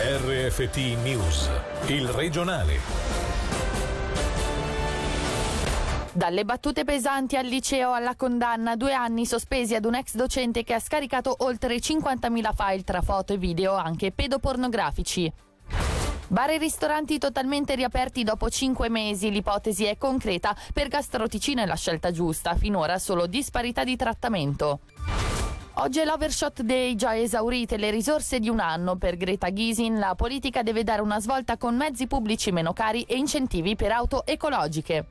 RFT News, il regionale. Dalle battute pesanti al liceo alla condanna, 2 anni sospesi ad un ex docente che ha scaricato oltre 50.000 file tra foto e video, anche pedopornografici. Bar e ristoranti totalmente riaperti dopo 5 mesi, l'ipotesi è concreta, per Gastroticino è la scelta giusta, finora solo disparità di trattamento. Oggi è l'Overshot Day, già esaurite le risorse di un anno. Per Greta Gysin la politica deve dare una svolta con mezzi pubblici meno cari e incentivi per auto ecologiche.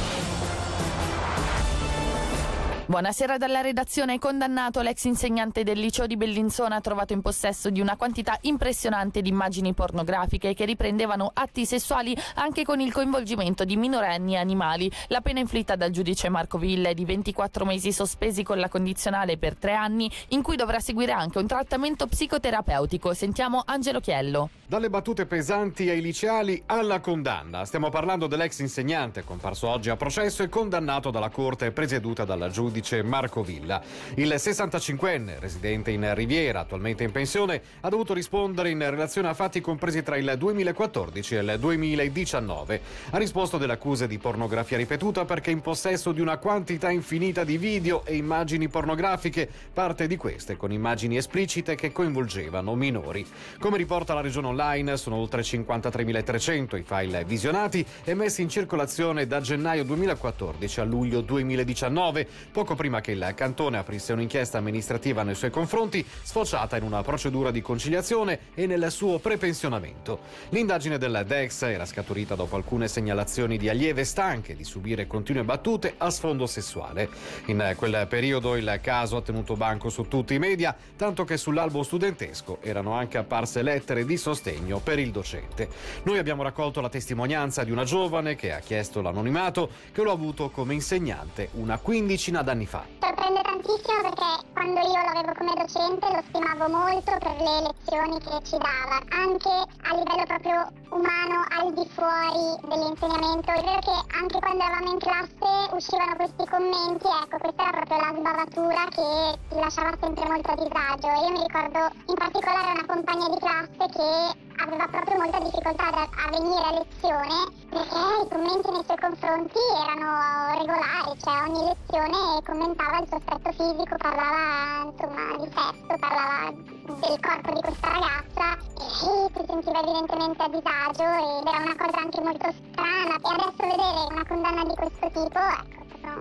Buonasera dalla redazione. Condannato l'ex insegnante del liceo di Bellinzona, trovato in possesso di una quantità impressionante di immagini pornografiche che riprendevano atti sessuali anche con il coinvolgimento di minorenni e animali. La pena inflitta dal giudice Marco Villa è di 24 mesi sospesi con la condizionale per 3 anni, in cui dovrà seguire anche un trattamento psicoterapeutico. Sentiamo Angelo Chiello. Dalle battute pesanti ai liceali alla condanna. Stiamo parlando dell'ex insegnante comparso oggi a processo e condannato dalla corte presieduta dal giudice Marco Villa. Il 65enne, residente in Riviera, attualmente in pensione, ha dovuto rispondere in relazione a fatti compresi tra il 2014 e il 2019. Ha risposto delle accuse di pornografia ripetuta perché in possesso di una quantità infinita di video e immagini pornografiche, parte di queste con immagini esplicite che coinvolgevano minori. Come riporta la Regione Online, sono oltre 53.300 i file visionati e messi in circolazione da gennaio 2014 a luglio 2019, poco prima che il cantone aprisse un'inchiesta amministrativa nei suoi confronti, sfociata in una procedura di conciliazione e nel suo prepensionamento. L'indagine del DEX era scaturita dopo alcune segnalazioni di allieve stanche di subire continue battute a sfondo sessuale. In quel periodo il caso ha tenuto banco su tutti i media, tanto che sull'albo studentesco erano anche apparse lettere di sostegno per il docente. Noi abbiamo raccolto la testimonianza di una giovane che ha chiesto l'anonimato, che lo ha avuto come insegnante una quindicina d'anni fa. Sorprende tantissimo perché quando io lo avevo come docente lo stimavo molto per le lezioni che ci dava, anche a livello proprio umano, al di fuori dell'insegnamento. È vero che anche quando eravamo in classe uscivano questi commenti, ecco, questa era proprio la sbavatura che ti lasciava sempre molto a disagio. Io mi ricordo in particolare una compagna di classe che aveva proprio molta difficoltà a venire a lezione perché i commenti nei suoi confronti erano regolari, cioè ogni lezione commentava il suo aspetto fisico, parlava insomma di sesso, parlava del corpo di questa ragazza e si sentiva evidentemente a disagio ed era una cosa anche molto strana. E adesso vedere una condanna di questo tipo, ecco,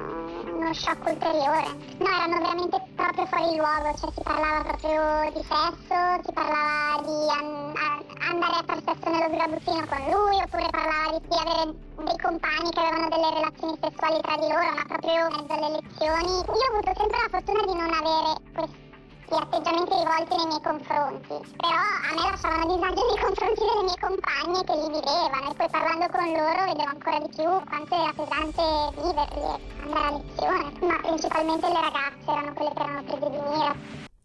uno shock ulteriore. No, erano veramente proprio fuori luogo, cioè si parlava proprio di sesso, si parlava di andare a fare sesso nello sgabuzzino con lui, oppure parlava di avere dei compagni che avevano delle relazioni sessuali tra di loro, ma proprio in mezzo alle lezioni. Io ho avuto sempre la fortuna di non avere questi atteggiamenti rivolti nei miei confronti, però a me lasciavano disagio nei confronti delle mie compagne che li vivevano, e poi parlando con loro vedevo ancora di più quanto era pesante viverli, andare a lezione, ma principalmente le ragazze erano quelle che erano prese di mira.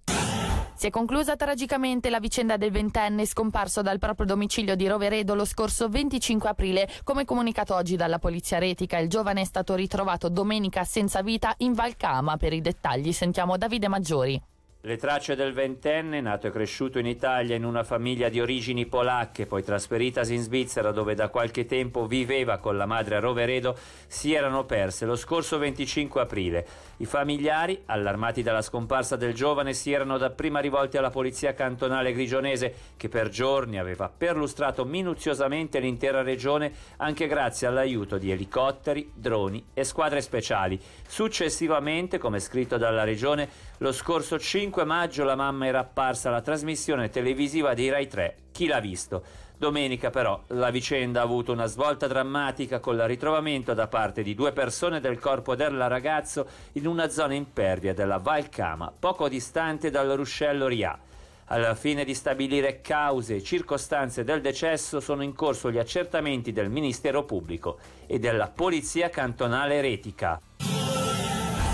Si è conclusa tragicamente la vicenda del 20enne scomparso dal proprio domicilio di Roveredo lo scorso 25 aprile. Come comunicato oggi dalla Polizia Retica, il giovane è stato ritrovato domenica senza vita in Valcama. Per i dettagli sentiamo Davide Maggiori. Le tracce del 20enne, nato e cresciuto in Italia in una famiglia di origini polacche, poi trasferitasi in Svizzera dove da qualche tempo viveva con la madre a Roveredo, si erano perse lo scorso 25 aprile. I familiari, allarmati dalla scomparsa del giovane, si erano dapprima rivolti alla polizia cantonale grigionese, che per giorni aveva perlustrato minuziosamente l'intera regione anche grazie all'aiuto di elicotteri, droni e squadre speciali. Successivamente, come scritto dalla regione, lo scorso 5 maggio la mamma era apparsa alla trasmissione televisiva di Rai 3, Chi l'ha visto? Domenica però la vicenda ha avuto una svolta drammatica con il ritrovamento da parte di 2 persone del corpo del ragazzo in una zona impervia della Valcama, poco distante dal ruscello Rià. Alla fine di stabilire cause e circostanze del decesso sono in corso gli accertamenti del Ministero Pubblico e della Polizia Cantonale Retica.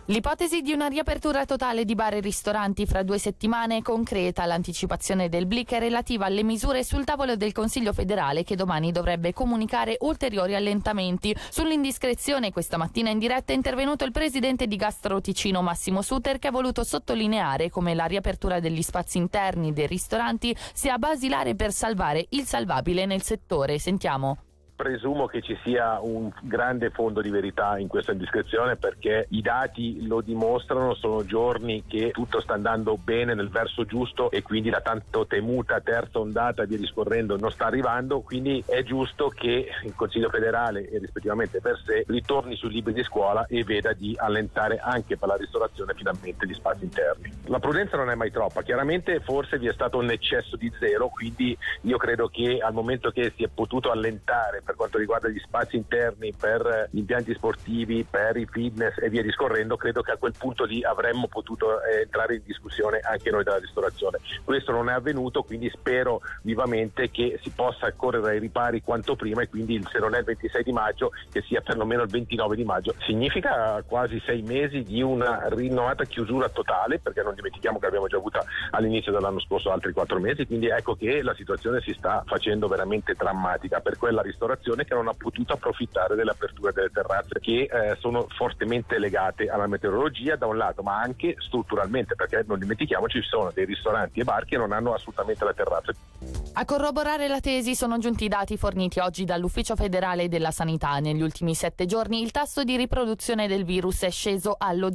L'ipotesi di una riapertura totale di bar e ristoranti fra 2 settimane è concreta. L'anticipazione del Blic è relativa alle misure sul tavolo del Consiglio federale che domani dovrebbe comunicare ulteriori allentamenti. Sull'indiscrezione questa mattina in diretta è intervenuto il presidente di Gastro Ticino Massimo Suter, che ha voluto sottolineare come la riapertura degli spazi interni dei ristoranti sia basilare per salvare il salvabile nel settore. Sentiamo. Presumo che ci sia un grande fondo di verità in questa indiscrezione, perché i dati lo dimostrano, sono giorni che tutto sta andando bene nel verso giusto e quindi la tanto temuta terza ondata e via discorrendo non sta arrivando, quindi è giusto che il Consiglio federale e rispettivamente per sé ritorni sui libri di scuola e veda di allentare anche per la ristorazione finalmente gli spazi interni. La prudenza non è mai troppa, chiaramente forse vi è stato un eccesso di zelo, quindi io credo che al momento che si è potuto allentare per quanto riguarda gli spazi interni per gli impianti sportivi, per i fitness e via discorrendo, credo che a quel punto lì avremmo potuto entrare in discussione anche noi della ristorazione. Questo non è avvenuto, quindi spero vivamente che si possa correre ai ripari quanto prima e quindi se non è il 26 di maggio che sia perlomeno il 29 di maggio. Significa quasi 6 mesi di una rinnovata chiusura totale, perché non dimentichiamo che abbiamo già avuto all'inizio dell'anno scorso altri 4 mesi, quindi ecco che la situazione si sta facendo veramente drammatica per quella ristorazione che non ha potuto approfittare delle aperture delle terrazze che sono fortemente legate alla meteorologia da un lato, ma anche strutturalmente, perché non dimentichiamoci ci sono dei ristoranti e bar che non hanno assolutamente la terrazza. A corroborare la tesi sono giunti i dati forniti oggi dall'Ufficio federale della Sanità. Negli ultimi 7 giorni il tasso di riproduzione del virus è sceso allo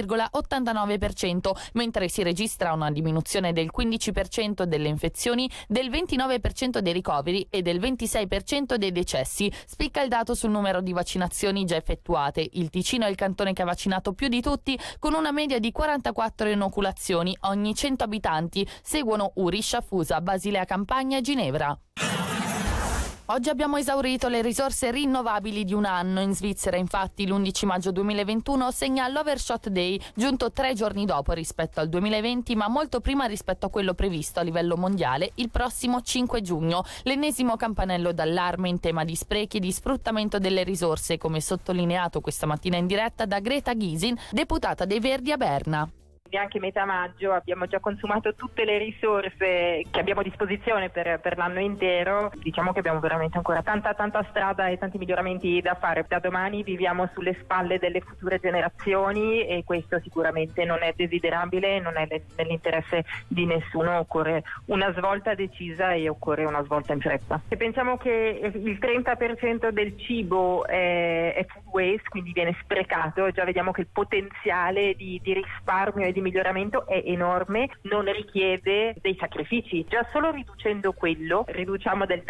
0,89%, mentre si registra una diminuzione del 15% delle infezioni, del 29% dei ricoveri e del 26% dei decessi. Spicca il dato sul numero di vaccinazioni già effettuate. Il Ticino è il cantone che ha vaccinato più di tutti, con una media di 44 inoculazioni ogni 100 abitanti. Seguono Uri, Sciafusa, Basilea Campagna e Ginevra. Oggi abbiamo esaurito le risorse rinnovabili di un anno. In Svizzera, infatti, l'11 maggio 2021 segna l'Overshot Day, giunto 3 giorni dopo rispetto al 2020, ma molto prima rispetto a quello previsto a livello mondiale il prossimo 5 giugno. L'ennesimo campanello d'allarme in tema di sprechi e di sfruttamento delle risorse, come sottolineato questa mattina in diretta da Greta Gysin, deputata dei Verdi a Berna. Neanche metà maggio abbiamo già consumato tutte le risorse che abbiamo a disposizione per l'anno intero. Diciamo che abbiamo veramente ancora tanta strada e tanti miglioramenti da fare. Da domani viviamo sulle spalle delle future generazioni e questo sicuramente non è desiderabile, non è nell'interesse di nessuno. Occorre una svolta decisa e occorre una svolta in fretta. Se pensiamo che il 30% del cibo è food waste, quindi viene sprecato, già vediamo che il potenziale di risparmio e di miglioramento è enorme, non richiede dei sacrifici. Già solo riducendo quello riduciamo del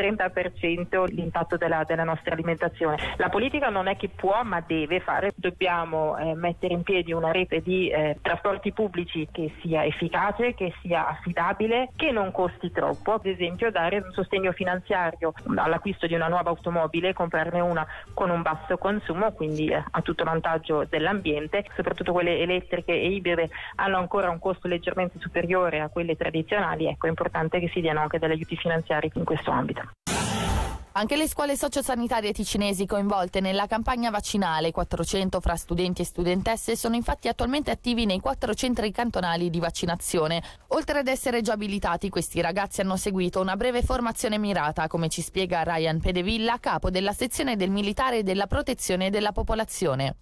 30% l'impatto della nostra alimentazione. La politica non è che può ma deve fare, dobbiamo mettere in piedi una rete di trasporti pubblici che sia efficace, che sia affidabile, che non costi troppo, ad esempio dare un sostegno finanziario all'acquisto di una nuova automobile, comprarne una con un basso consumo, quindi a tutto vantaggio dell'ambiente, soprattutto quelle elettriche e ibride hanno ancora un costo leggermente superiore a quelle tradizionali. Ecco, è importante che si diano anche degli aiuti finanziari in questo ambito. Anche le scuole sociosanitarie ticinesi coinvolte nella campagna vaccinale, 400 fra studenti e studentesse, sono infatti attualmente attivi nei 4 centri cantonali di vaccinazione. Oltre ad essere già abilitati, questi ragazzi hanno seguito una breve formazione mirata, come ci spiega Ryan Pedevilla, capo della sezione del militare e della protezione della popolazione.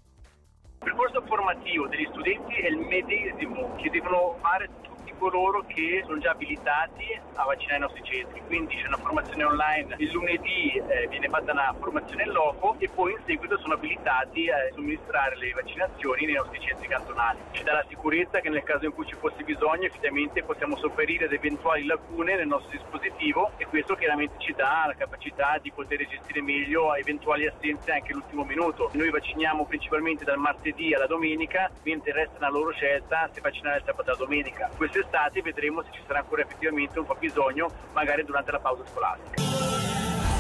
Il percorso formativo degli studenti è il medesimo che devono fare tutti coloro che sono già abilitati a vaccinare i nostri centri, quindi c'è una formazione online, il lunedì viene fatta una formazione in loco e poi in seguito sono abilitati a somministrare le vaccinazioni nei nostri centri cantonali. Ci dà la sicurezza che nel caso in cui ci fosse bisogno effettivamente possiamo sopperire ad eventuali lacune nel nostro dispositivo e questo chiaramente ci dà la capacità di poter gestire meglio eventuali assenze anche all'ultimo minuto. Noi vacciniamo principalmente dal martedì alla domenica, mentre resta una loro scelta se vaccinare il sabato e la domenica. Quest'estate vedremo se ci sarà ancora effettivamente un po' bisogno, magari durante la pausa scolastica.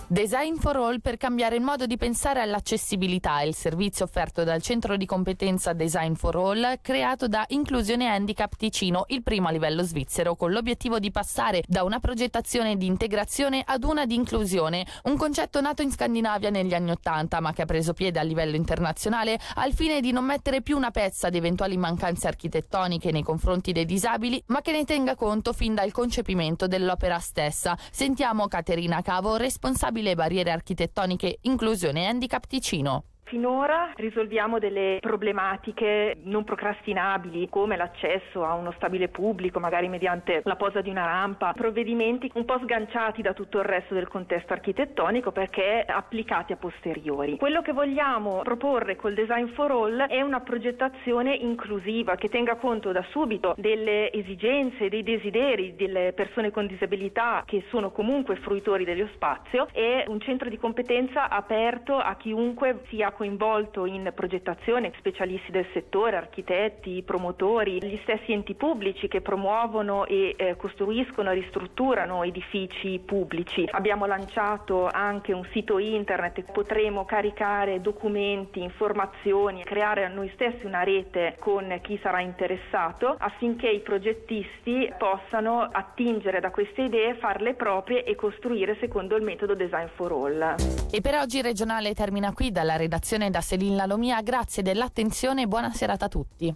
Design for All per cambiare il modo di pensare all'accessibilità è il servizio offerto dal centro di competenza Design for All, creato da Inclusione Handicap Ticino, il primo a livello svizzero, con l'obiettivo di passare da una progettazione di integrazione ad una di inclusione, un concetto nato in Scandinavia negli anni '80 ma che ha preso piede a livello internazionale al fine di non mettere più una pezza ad eventuali mancanze architettoniche nei confronti dei disabili, ma che ne tenga conto fin dal concepimento dell'opera stessa. Sentiamo Caterina Cavo, responsabile barriere architettoniche Inclusione Handicap Ticino. Finora risolviamo delle problematiche non procrastinabili come l'accesso a uno stabile pubblico, magari mediante la posa di una rampa, provvedimenti un po' sganciati da tutto il resto del contesto architettonico perché applicati a posteriori. Quello che vogliamo proporre col Design for All è una progettazione inclusiva che tenga conto da subito delle esigenze, dei desideri delle persone con disabilità che sono comunque fruitori dello spazio. È un centro di competenza aperto a chiunque sia coinvolto in progettazione, specialisti del settore, architetti, promotori, gli stessi enti pubblici che promuovono e costruiscono e ristrutturano edifici pubblici. Abbiamo lanciato anche un sito internet, potremo caricare documenti, informazioni, creare noi stessi una rete con chi sarà interessato affinché i progettisti possano attingere da queste idee, farle proprie e costruire secondo il metodo Design for All. E per oggi il regionale termina qui. Dalla redazione da Selin Lalomia, grazie dell'attenzione e buona serata a tutti.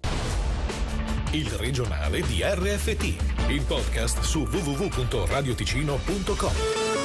Il regionale di RFT, il podcast su www.radioticino.com.